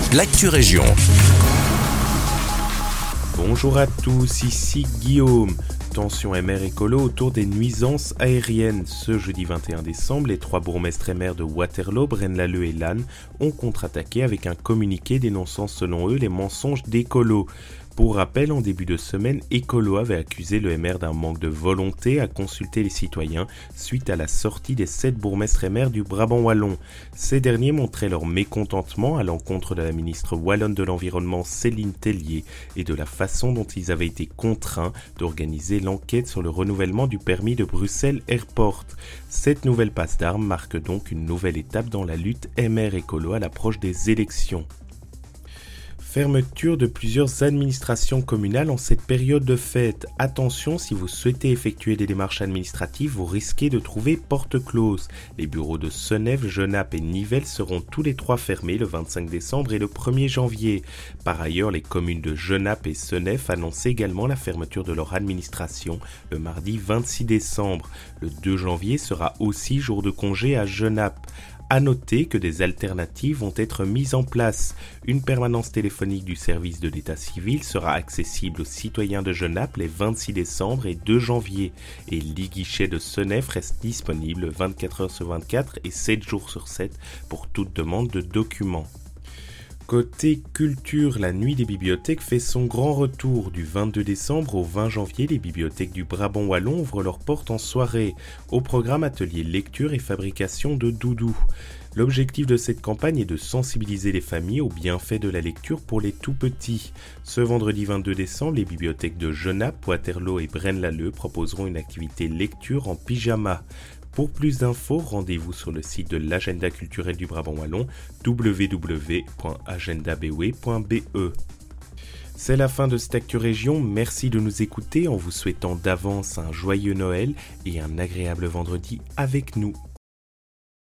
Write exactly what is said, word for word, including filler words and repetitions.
l'actu région. Bonjour à tous, ici Guillaume. Tension M R écolo autour des nuisances aériennes. Ce jeudi vingt et un décembre, les trois bourgmestres et maires de Waterloo, Braine-l'Alleud et Lannes ont contre-attaqué avec un communiqué dénonçant selon eux les mensonges d'écolo. Pour rappel, en début de semaine, Écolo avait accusé le M R d'un manque de volonté à consulter les citoyens suite à la sortie des sept bourgmestres et maires du Brabant wallon. Ces derniers montraient leur mécontentement à l'encontre de la ministre wallonne de l'Environnement Céline Tellier et de la façon dont ils avaient été contraints d'organiser l'enquête sur le renouvellement du permis de Bruxelles Airport. Cette nouvelle passe d'armes marque donc une nouvelle étape dans la lutte M R écolo à l'approche des élections. Fermeture de plusieurs administrations communales en cette période de fête. Attention, si vous souhaitez effectuer des démarches administratives, vous risquez de trouver porte close. Les bureaux de Seneffe, Genappe et Nivelles seront tous les trois fermés le vingt-cinq décembre et le premier janvier. Par ailleurs, les communes de Genappe et Seneffe annoncent également la fermeture de leur administration le mardi vingt-six décembre. Le deux janvier sera aussi jour de congé à Genappe. À noter que des alternatives vont être mises en place. Une permanence téléphonique du service de l'état civil sera accessible aux citoyens de Genappe les vingt-six décembre et deux janvier. Et l'e-guichet de Seneffe reste disponible vingt-quatre heures sur vingt-quatre et sept jours sur sept pour toute demande de documents. Côté culture, la nuit des bibliothèques fait son grand retour. Du vingt-deux décembre au vingt janvier, les bibliothèques du Brabant wallon ouvrent leurs portes en soirée. Au programme atelier lecture et fabrication de doudous. L'objectif de cette campagne est de sensibiliser les familles aux bienfaits de la lecture pour les tout-petits. Ce vendredi vingt-deux décembre, les bibliothèques de Genappe, Waterloo et Braine-l'Alleud proposeront une activité lecture en pyjama. Pour plus d'infos, rendez-vous sur le site de l'agenda culturel du Brabant wallon w w w point agenda b w point b e. C'est la fin de cette Actu Région, merci de nous écouter en vous souhaitant d'avance un joyeux Noël et un agréable vendredi avec nous.